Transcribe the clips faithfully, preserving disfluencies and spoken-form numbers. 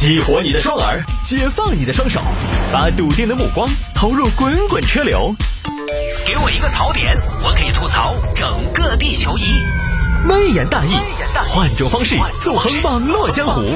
激活你的双耳，解放你的双手，把笃定的目光投入滚滚车流。给我一个槽点，我可以吐槽整个地球仪。微言大义，换种方式纵横网络江湖。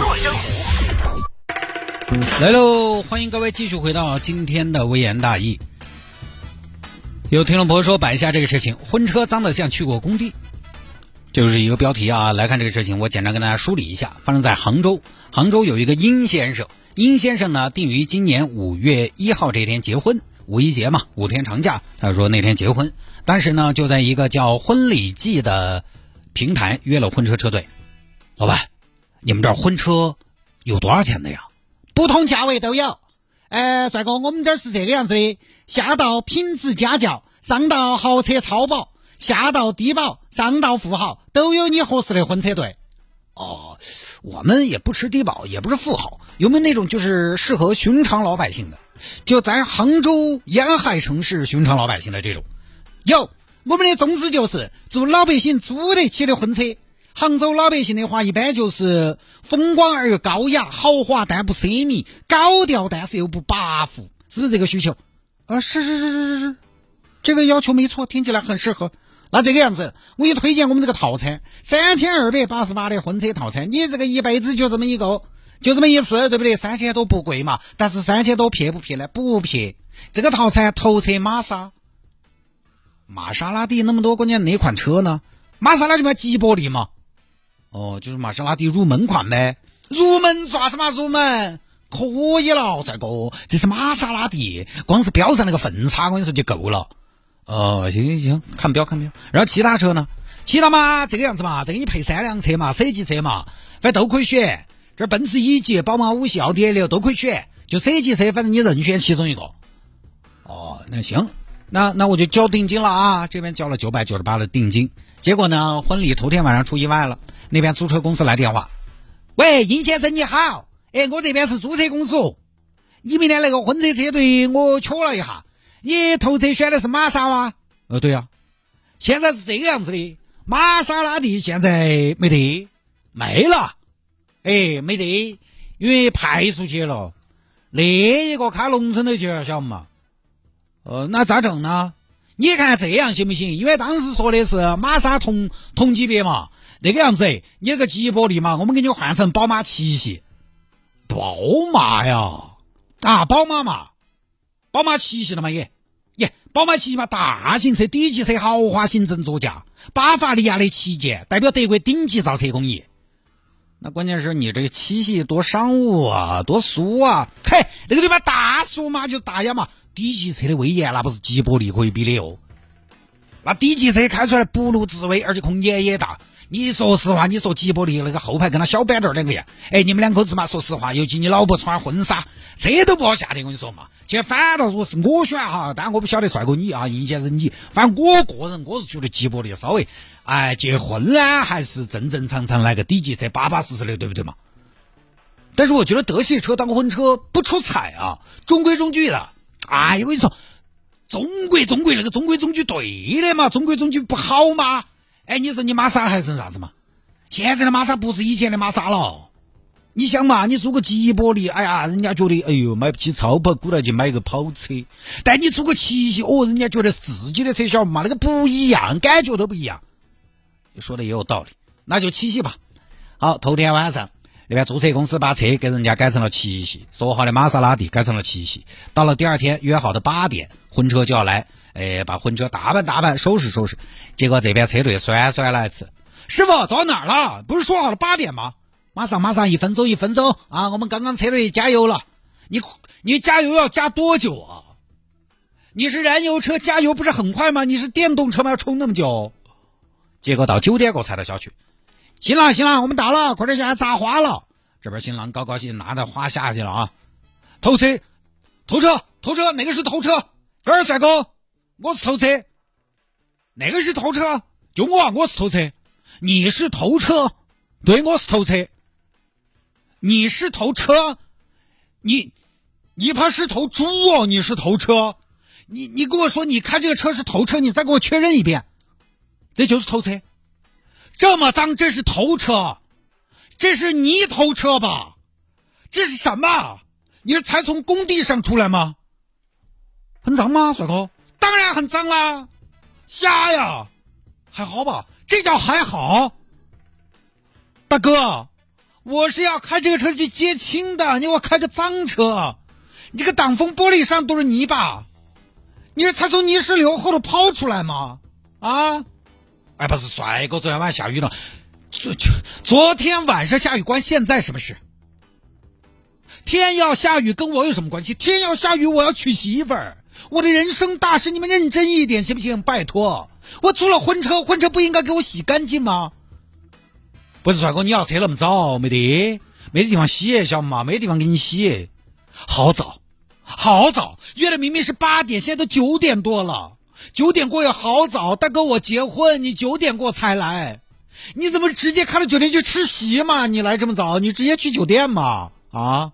来喽，欢迎各位继续回到今天的微言大义。有听众朋友说摆一下这个事情，婚车脏得像去过工地，这就是一个标题啊。来看这个事情，我简单跟大家梳理一下。发生在杭州，杭州有一个殷先生，殷先生呢定于今年五月一号这天结婚，五一节嘛，五天长假，他说那天结婚，但是呢就在一个叫婚礼季的平台约了婚车车队。老板，你们这儿婚车有多少钱的呀？不同价位都有。呃，帅哥，我们这儿是这个样子的，下到品质家轿，上到豪车超保，下到低保，上到富豪，都有你合适的婚车队。哦，我们也不吃低保，也不是富豪，有没有那种就是适合寻常老百姓的，就咱杭州沿海城市寻常老百姓的这种？有，我们的宗旨就是祝老百姓租得起的婚车。杭州老百姓的话一般就是风光而又高雅，豪华但不奢靡，高调但是又不跋扈，是不是这个需求？啊，是是是是是是，这个要求没错，听起来很适合。那这个样子，我给你推荐我们这个套餐，三千二百八十八的婚车套餐，你这个一辈子就这么一个，就这么一次，对不对？三千多不贵嘛，但是三千多撇不撇呢？不撇。这个套餐头车玛莎，玛莎拉蒂那么多，关键哪款车呢？玛莎拉蒂嘛，极玻璃嘛。哦，就是玛莎拉蒂入门款呗。入门抓什么入门？可以了，帅哥，这是玛莎拉蒂，光是标上那个分叉，我跟你说就够了。哦，行行行，看标看标。然后其他车呢？其他嘛，这个样子嘛，再给你配三辆车嘛， C 级车嘛，反正都可以选。这奔驰 E 级、宝马五系、奥迪 A 六都可以选，就 C 级车，反正你任选其中一个。哦，那行，那那我就交定金了啊，这边交了九百九十八的定金。结果呢，婚礼头天晚上出意外了，那边租车公司来电话，喂，殷先生你好，哎，我这边是租车公司，你们的那个婚车车队我瞧了一下，你头车选的是玛莎吗？呃，对啊，现在是这个样子的，玛莎拉蒂现在没得，没了，哎，没得，因为派出去了，那一个开农村的就晓得嘛，呃，那咋整呢？你看这样行不行？因为当时说的是玛莎同同级别嘛，那个样子，你那个极玻璃嘛，我们给你换成宝马七系。宝马呀，啊，宝马嘛，宝马七系了嘛也，耶，宝马七系嘛，大型车、低级车、豪华行政座驾，巴伐利亚的旗舰，代表德国顶级造车工艺。那关键是你这个七系多商务啊，多俗啊，嘿，那个对吧？大俗嘛，就大雅嘛。低级车的威严那不是极玻璃可以比的哦，那低级车开出来不露自威，而且空间也大。你说实话，你说极玻璃那个后排跟他小板凳两个样，哎，你们两口子嘛，说实话，尤其你老婆穿婚纱，这都不好下的，我跟你说嘛。其实反倒如果是我选哈，但我不晓得帅哥你啊，殷先生你，反正我个人我是觉得极玻璃稍微，哎，结婚呢还是正正常常来个低级车，巴巴适适的，对不对嘛？但是我觉得德系车当婚车不出彩啊，中规中矩的。哎，我跟你说，中规中矩那个中规中矩对的嘛，中规中矩不好吗？哎，你说你玛莎还是啥子嘛？现在的玛莎不是以前的玛莎了。你想嘛，你租个极玻璃，哎呀，人家觉得哎呦买不起超跑，鼓来就买个跑车。但你租个七系，哦，人家觉得自己的车小嘛，那个不一样，感觉都不一样。说的也有道理，那就七系吧。好，头天晚上。那边租车公司把车给人家改成了七系，说好的玛莎拉蒂改成了七系。到了第二天约好的八点，婚车就要来，哎，把婚车打扮打扮，收拾收拾。结果这边车队酸酸来一次，师傅走到哪儿了？不是说好了八点吗？马上马上，一分钟一分钟啊！我们刚刚车队加油了。你你加油要加多久啊？你是燃油车，加油不是很快吗？你是电动车吗？要充那么久？结果到九点过才到小区。行了行了，我们到了，快点下来砸花了。这边新郎高高兴拿着花下去了啊！偷车，偷车，偷车，哪个是偷车？这儿帅哥，我是偷车。哪个是偷车？就我啊，我是偷车。你是偷车？对，我是偷车。你是偷车？你你怕是偷猪哦？你是偷车？你你跟我说，你开这个车是偷车，你再给我确认一遍，这就是偷车。这么脏，这是偷车，这是你偷车吧？ 这是什么？你是才从工地上出来吗？很脏吗，帅哥？当然很脏啦，瞎呀！还好吧？这叫还好？大哥，我是要开这个车去接亲的，你给我开个脏车，你这个挡风玻璃上都是泥巴，你是才从泥石流后头跑出来吗？啊？哎，不是帅哥，昨天晚上下雨了，昨昨天晚上下雨关现在什么事？天要下雨跟我有什么关系？天要下雨我要娶媳妇儿，我的人生大事你们认真一点行不行？拜托，我租了婚车，婚车不应该给我洗干净吗？不是帅哥，你要车那么早没得没得地方洗，晓得吗？没得地方给你洗，好早好早，约的明明是八点，现在都九点多了，九点过也好早。大哥，我结婚你九点过才来，你怎么直接开到酒店去吃席嘛？你来这么早，你直接去酒店嘛？啊？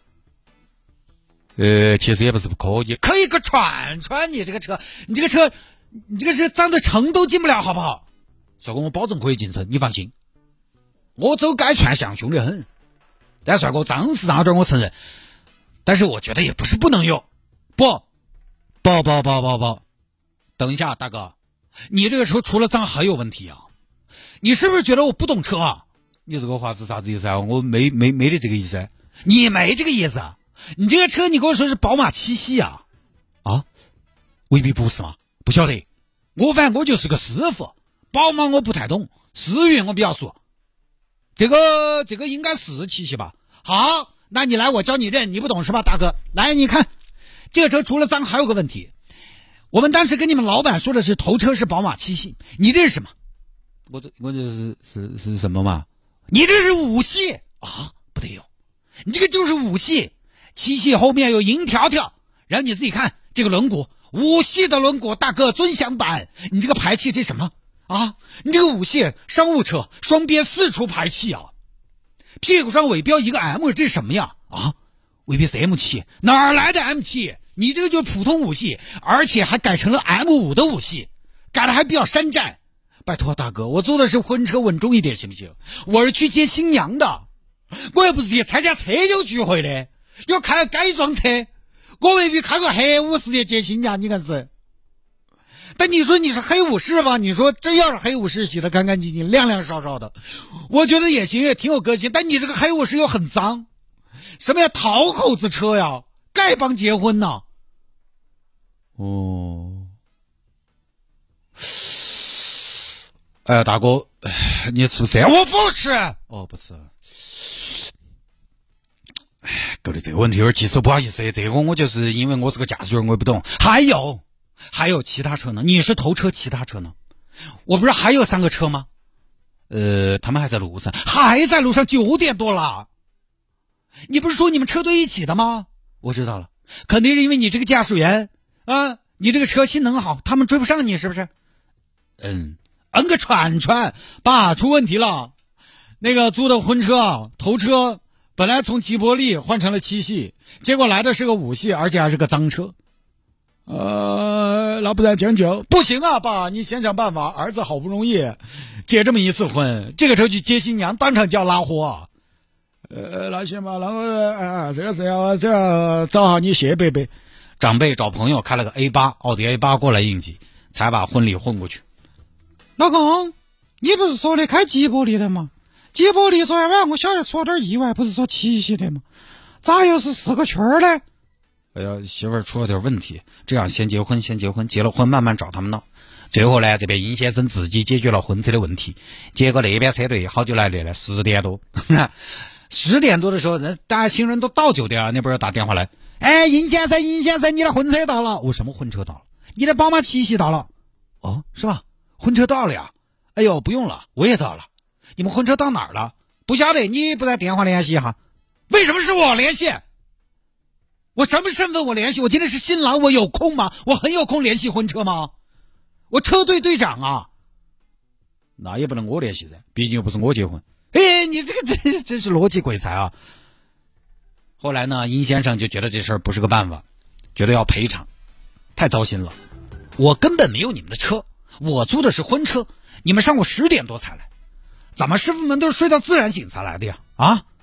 呃，其实也不是不可以，可以个串串，你这个车，你这个车，你这个是脏的城都进不了，好不好？帅哥，我保证可以进城，你放心。我走街串巷凶得很，但帅哥脏是脏点我承认，但是我觉得也不是不能有。不，不不不不不，等一下，大哥，你这个车除了脏还有问题啊！你是不是觉得我不懂车啊？你这个话是啥子意思啊？我没没没的这个意思，你没这个意思。你这个车你跟我说是宝马七系啊？啊？未必不是吗？不晓得，我反正我就是个师傅，宝马我不太懂，思域我比较熟。这个这个应该是七系吧？好，那你来我教你认，你不懂是吧，大哥？来，你看这个车除了脏还有个问题，我们当时跟你们老板说的是头车是宝马七系，你这是什么？我这我这是是是什么嘛？你这是五系啊？不得有，你这个就是五系。七系后面有银条条，然后你自己看这个轮毂，五系的轮毂，大哥尊享版，你这个排气这什么啊？你这个五系商务车双边四出排气啊，屁股上尾标一个 M， 这是什么呀？啊，未必是 M 七，哪儿来的 M 七？你这个就是普通五系，而且还改成了 M 五 的五系，改的还比较山寨。拜托大哥，我坐的是婚车，稳重一点行不行？我是去接新娘的，我又不是去参加车友聚会的。要开个改装车，我未必开个黑武士去接新娘，你看是。但你说你是黑武士吧？你说真要是黑武士洗得干干净净、亮亮烧烧的，我觉得也行，也挺有个性。但你这个黑武士又很脏，什么呀？讨口子车呀，丐帮结婚呢？哦，哎呀，大哥，你吃不吃？我不吃。哦，不吃。搞得这个问题有点棘手，不好意思，这个我就是因为我是个驾驶员，我也不懂。还有，还有其他车呢？你是头车，其他车呢？我不是还有三个车吗？呃，他们还在路上，还在路上，九点多了。你不是说你们车队一起的吗？我知道了，肯定是因为你这个驾驶员啊，你这个车性能好，他们追不上你，是不是？嗯，嗯个串串，爸出问题了。那个租的婚车头车。本来从吉伯利换成了七系，结果来的是个五系，而且还是个脏车。呃，那不然将就不行啊，爸，你想想办法。儿子好不容易结这么一次婚，这个车去接新娘，当场就要拉货。呃，那行吧，那我啊，这个是要这要找下你谢伯伯，长辈找朋友开了个 A 八，奥迪 A 八过来应急，才把婚礼混过去。老公，你不是说的开吉伯利的吗？吉伯利昨天晚上我晓得出了点意外，不是说七系的吗？咋又是四个圈儿呢？哎呀，媳妇儿出了点问题，这样先结婚，先结婚，结了婚慢慢找他们闹。最后呢，这边殷先生自己解决了婚车的问题，结果那边车队好久来的了，十点多，十点多的时候，人大家新人都到酒店了，那边打电话来，哎，殷先生，殷先生，你的婚车到了。我什么婚车到了？你的宝马七系到了。哦，是吧？婚车到了呀？哎呦，不用了，我也到了。你们婚车到哪儿了？不晓得，你不在电话联系哈？为什么是我联系？我什么身份我联系？我今天是新郎，我有空吗？我很有空联系婚车吗？我车队队长啊。那也不能我联系噻，毕竟又不是我结婚。哎，你这个真真是逻辑鬼才啊！后来呢，殷先生就觉得这事儿不是个办法，觉得要赔偿，太糟心了。我根本没有你们的车，我租的是婚车，你们上午十点多才来，怎么师傅们都是睡到自然醒才来的呀？啊，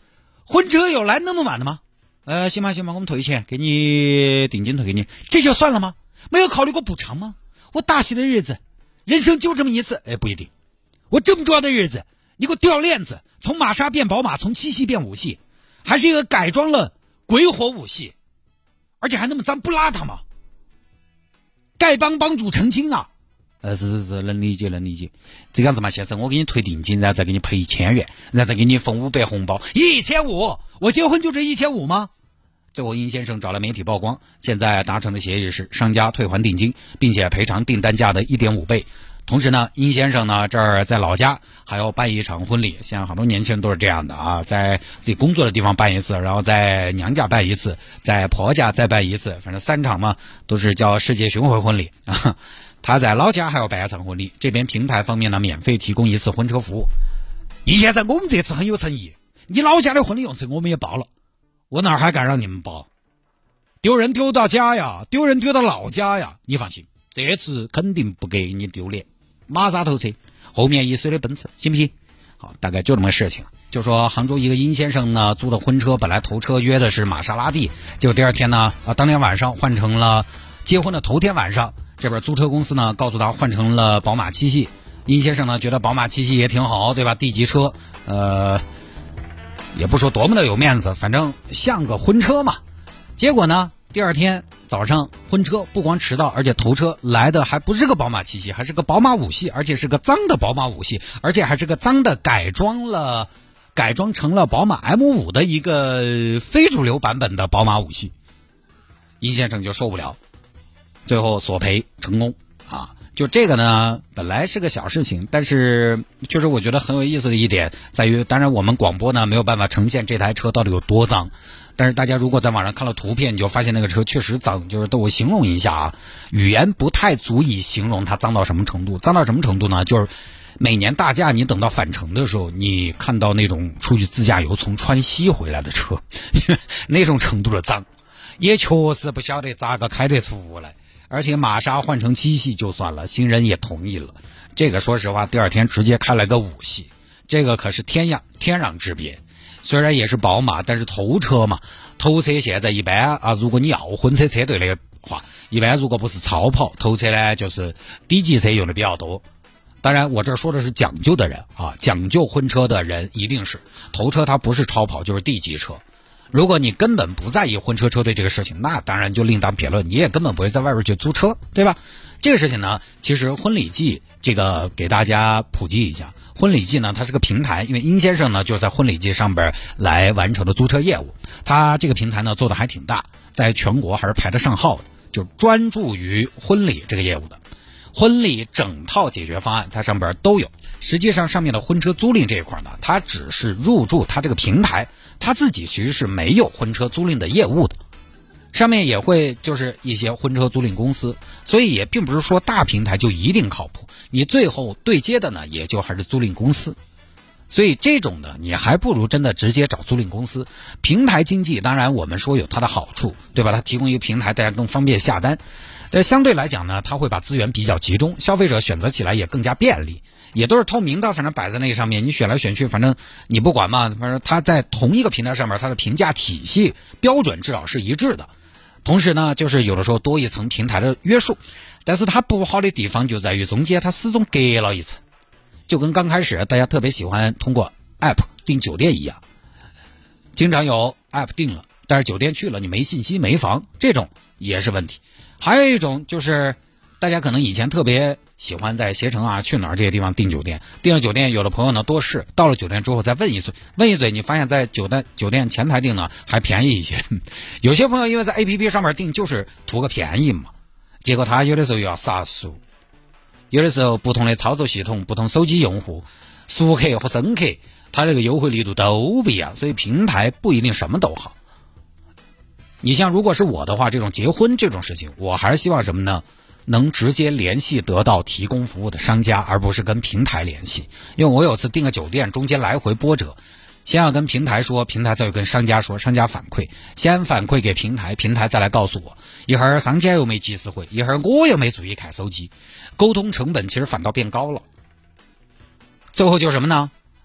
婚车有来那么晚的吗？呃，行吧行吧，我们退钱，给你定金退给你，这就算了吗？没有考虑过补偿吗？我大喜的日子，人生就这么一次，哎，不一定。我这么重要的日子，你给我掉链子，从玛莎变宝马，从七系变五系，还是一个改装了鬼火五系，而且还那么脏不邋遢吗？丐帮帮主成亲啊！呃，是是是，能理解能理解。这个样子嘛，先生，我给你退定金，然后再给你赔一千元，然后再给你分五百红包，一千五。我结婚就这一千五吗？最后，殷先生找了媒体曝光，现在达成的协议是商家退还定金，并且赔偿订单价的一点五倍。同时呢，殷先生呢这儿在老家还要办一场婚礼，像很多年轻人都是这样的啊，在自己工作的地方办一次，然后在娘家办一次，在婆家再办一次，反正三场嘛，都是叫世界巡回婚礼啊。他在老家还要办一场婚礼，这边平台方面呢免费提供一次婚车服务。殷先生，我们这次很有诚意，你老家的婚礼用车我们也报了，我哪还敢让你们报？丢人丢到家呀，丢人丢到老家呀！你放心，这次肯定不给你丢脸。玛莎头车，后面一岁的奔驰，行不行？好，大概就这么个事情。就说杭州一个殷先生呢租的婚车，本来头车约的是玛莎拉蒂，结果第二天呢啊，当天晚上换成了结婚的头天晚上，这边租车公司呢告诉他换成了宝马七系。殷先生呢觉得宝马七系也挺好，对吧？ D 级车，呃，也不说多么的有面子，反正像个婚车嘛。结果呢第二天早上婚车不光迟到，而且头车来的还不是个宝马七系，还是个宝马五系，而且是个脏的宝马五系，而且还是个脏的改装了改装成了宝马 M 五 的一个非主流版本的宝马五系。殷先生就受不了，最后索赔成功啊！就这个呢本来是个小事情，但是确实我觉得很有意思的一点在于，当然我们广播呢没有办法呈现这台车到底有多脏，但是大家如果在网上看了图片，你就发现那个车确实脏，就是都我形容一下啊，语言不太足以形容它脏到什么程度。脏到什么程度呢？就是每年大假你等到返程的时候，你看到那种出去自驾游从川西回来的车那种程度的脏，也确实不晓得咋个开得出来。而且玛莎换成七系就算了，新人也同意了，这个说实话第二天直接开了个五系，这个可是天壤天壤之别。虽然也是宝马，但是头车嘛，头车现在一般啊，如果你要婚车车队的话，一般如果不是超跑，头车呢就是低级车用的比较多。当然我这说的是讲究的人啊，讲究婚车的人一定是头车，它不是超跑就是低级车。如果你根本不在意婚车车队这个事情，那当然就另当别论，你也根本不会在外边去租车，对吧？这个事情呢，其实婚礼季这个给大家普及一下。婚礼季呢，它是个平台，因为殷先生呢就在婚礼季上边来完成的租车业务。他这个平台呢做的还挺大，在全国还是排得上号的，就专注于婚礼这个业务的。婚礼整套解决方案它上边都有。实际上上面的婚车租赁这一块呢，它只是入驻它这个平台，它自己其实是没有婚车租赁的业务的。上面也会就是一些婚车租赁公司，所以也并不是说大平台就一定靠谱，你最后对接的呢也就还是租赁公司。所以这种呢你还不如真的直接找租赁公司。平台经济当然我们说有它的好处，对吧？它提供一个平台，大家更方便下单，但相对来讲呢，它会把资源比较集中，消费者选择起来也更加便利，也都是透明的，反正摆在那上面，你选来选去，反正你不管嘛，反正它在同一个平台上面，它的评价体系标准至少是一致的。同时呢，就是有的时候多一层平台的约束，但是它不好的地方就在于中间它始终隔了一层，就跟刚开始大家特别喜欢通过 app 订酒店一样，经常有 app 订了，但是酒店去了你没信息没房，这种也是问题。还有一种就是大家可能以前特别喜欢在携程啊去哪儿这些地方订酒店，订了酒店有的朋友呢多试，到了酒店之后再问一嘴问一嘴，你发现在酒店酒店前台订呢还便宜一些。有些朋友因为在 A P P 上面订就是图个便宜嘛，结果他有的时候又要杀熟，有的时候不同的操作系统，不同手机用户，熟客和深客他这个优惠力度都不一样，所以平台不一定什么都好。你像如果是我的话，这种结婚这种事情，我还是希望什么呢？能直接联系得到提供服务的商家，而不是跟平台联系。因为我有次订个酒店，中间来回波折，先要跟平台说，平台再要跟商家说，商家反馈，先反馈给平台，平台再来告诉我，一会儿商家又没及时回，一会儿我又没注意看手机，沟通成本其实反倒变高了。最后就是什么呢？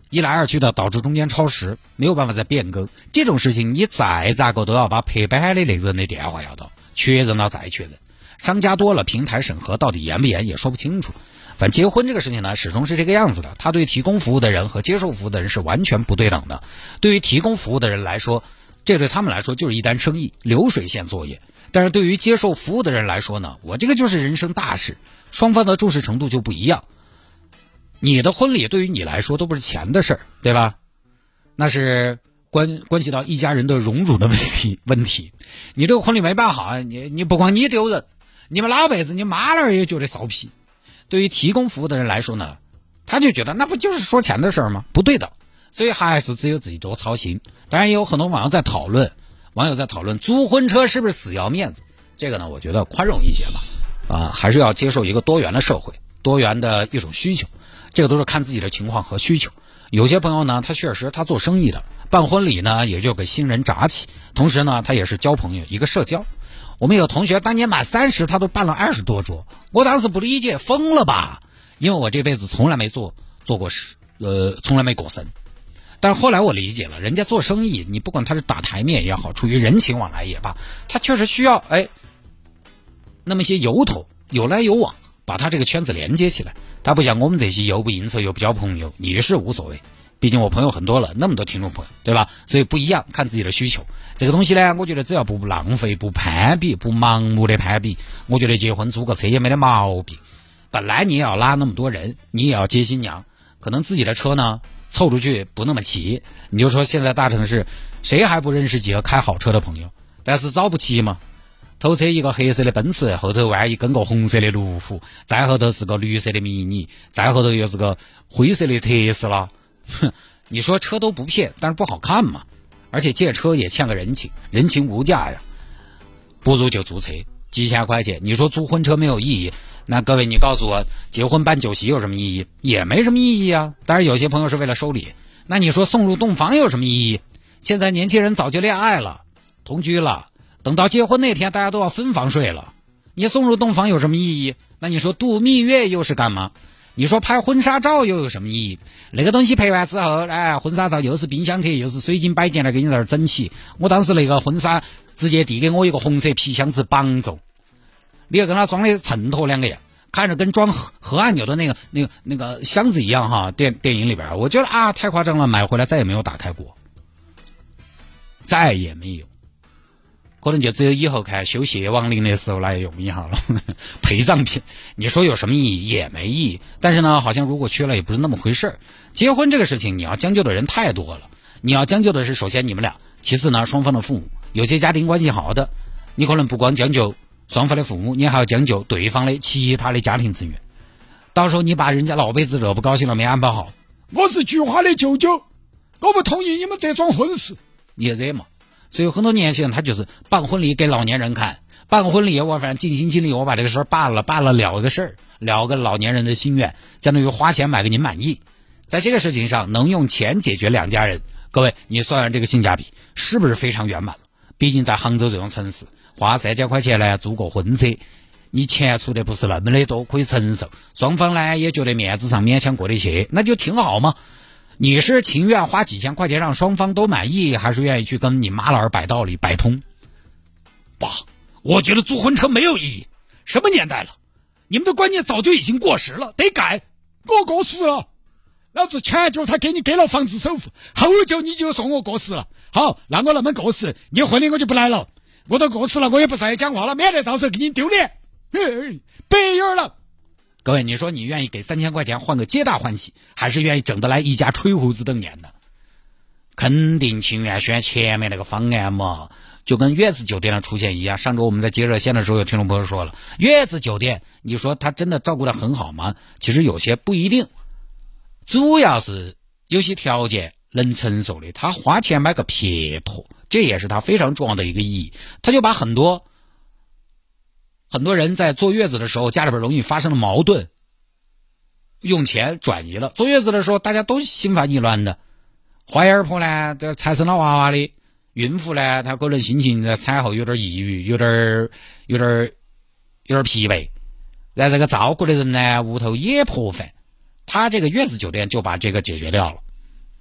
一来二去的导致中间超时，没有办法再变更。这种事情你再咋个都要把拍板的那个人的电话要到，确认了再确认。商家多了，平台审核到底严不严也说不清楚。反正结婚这个事情呢，始终是这个样子的，它对提供服务的人和接受服务的人是完全不对等的。对于提供服务的人来说，这对他们来说就是一单生意，流水线作业。但是对于接受服务的人来说呢，我这个就是人生大事，双方的重视程度就不一样。你的婚礼对于你来说都不是钱的事儿，对吧？那是关关系到一家人的荣辱的问题问题。你这个婚礼没办好，你你不光你丢人，你们老辈子你妈那儿也觉得臊皮。对于提供服务的人来说呢，他就觉得那不就是说钱的事儿吗？不对的，所以还是只有自己多操心。当然也有很多网友在讨论，网友在讨论租婚车是不是死要面子？这个呢，我觉得宽容一些吧，啊，还是要接受一个多元的社会，多元的一种需求。这个都是看自己的情况和需求。有些朋友呢，他确实他做生意的，办婚礼呢也就给新人扎起，同时呢他也是交朋友，一个社交。我们有同学当年满三十他都办了二十多桌，我当时不理解，疯了吧？因为我这辈子从来没做做过事，呃，从来没过生。但是后来我理解了，人家做生意，你不管他是打台面也好，出于人情往来也罢，他确实需要哎那么些由头，有来有往，把他这个圈子连接起来。他不像我们这些又不应酬又不交朋友，你是无所谓，毕竟我朋友很多了，那么多听众朋友，对吧？所以不一样，看自己的需求。这个东西呢，我觉得只要不浪费、不攀比、不盲目的攀比，我觉得结婚租个车也没得毛病。本来你也要拉那么多人，你也要接新娘，可能自己的车呢凑出去不那么齐。你就说现在大城市谁还不认识几个开好车的朋友，但是找不齐嘛。头车一个黑色的奔驰，后头万一跟个红色的路虎，再后头是个绿色的迷你，再后头又是个灰色的特斯拉。哼，你说车都不骗，但是不好看嘛。而且借车也欠个人情，人情无价呀。不如就租车，几千块钱。你说租婚车没有意义，那各位你告诉我，结婚办酒席有什么意义？也没什么意义啊。当然有些朋友是为了收礼，那你说送入洞房有什么意义？现在年轻人早就恋爱了，同居了。等到结婚那天，大家都要分房睡了，你送入洞房有什么意义？那你说度蜜月又是干嘛？你说拍婚纱照又有什么意义？那个东西拍完之后，哎，婚纱照又是冰箱贴，又是水晶摆件来给你在这儿整起。我当时那个婚纱直接递给我一个红色皮箱子绑走，你要跟他装的衬托两个样，看着跟装核核按钮的那个那个那个箱子一样哈。电电影里边，我觉得啊太夸张了，买回来再也没有打开过，再也没有。可能就只有以后看修谢亡灵的时候来用一下了，陪葬品。你说有什么意义？也没意义。但是呢，好像如果缺了也不是那么回事儿。结婚这个事情，你要将就的人太多了。你要将就的是首先你们俩，其次呢双方的父母。有些家庭关系好的，你可能不光将就双方的父母，你还要将就对方的其他的家庭成员。到时候你把人家老辈子惹不高兴了，没安排好，我是菊花的舅舅，我不同意你们这桩婚事，你也惹嘛。所以很多年轻人他就是办婚礼给老年人看，办婚礼我反正尽心尽力，我把这个事儿办了，办了了个事儿，了个老年人的心愿，相当于花钱买个您满意。在这个事情上能用钱解决两家人，各位你算算这个性价比是不是非常圆满了？毕竟在杭州这种城市，花三千块钱呢租个婚车，你钱出的不是那么的多，可以承受，双方呢也觉得面子上勉强过得去，那就挺好嘛。你是情愿花几千块钱让双方都满意，还是愿意去跟你妈老儿摆道理摆通？爸，我觉得租婚车没有意义。什么年代了，你们的观念早就已经过时了，得改。我过时了，老子前脚才给你给了房子首付，后脚你就说我过时了。好，那我那么过时，你婚礼我就不来了。我都过时了，我也不再讲话了，免得到时候给你丢脸。白眼了。各位，你说你愿意给三千块钱换个皆大欢喜，还是愿意整得来一家吹胡子瞪眼的？肯定情愿选前面那个方案嘛，就跟月子酒店的出现一样。上周我们在接热线的时候，有听众朋友说了，月子酒店，你说他真的照顾得很好吗？其实有些不一定，主要是有些条件能承受的，他花钱买个撇脱，这也是他非常重要的一个意义。他就把很多。很多人在坐月子的时候，家里边容易发生了矛盾，用钱转移了。坐月子的时候，大家都心烦意乱的，怀儿婆呢，这才生了娃娃的，孕妇呢，她可能心情在产后有点抑郁，有点有点有点疲惫。在这个照顾的人呢，屋头也破烦。他这个月子酒店就把这个解决掉了。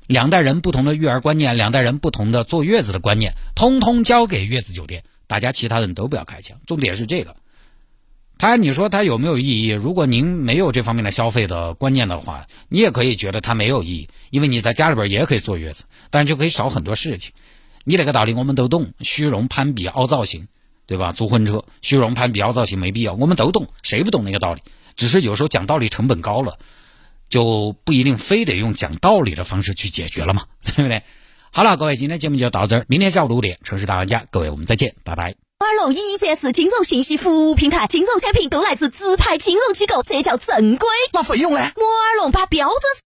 两代人不同的育儿观念，两代人不同的坐月子的观念，通通交给月子酒店，大家其他人都不要开枪。重点是这个，他你说他有没有意义？如果您没有这方面的消费的观念的话，你也可以觉得它没有意义，因为你在家里边也可以坐月子，但是就可以少很多事情。你这个道理我们都懂，虚荣攀比凹造型，对吧？租婚车虚荣攀比凹造型没必要，我们都懂，谁不懂那个道理？只是有时候讲道理成本高了，就不一定非得用讲道理的方式去解决了嘛，对不对？好了，各位，今天节目就到这儿，明天下午五点城市大玩家，各位我们再见，拜拜。 摩尔龙 E C S 金融信息服务平台，金融产品都来自资牌金融机构，这叫正规。 那费用呢？ 摩尔龙把标准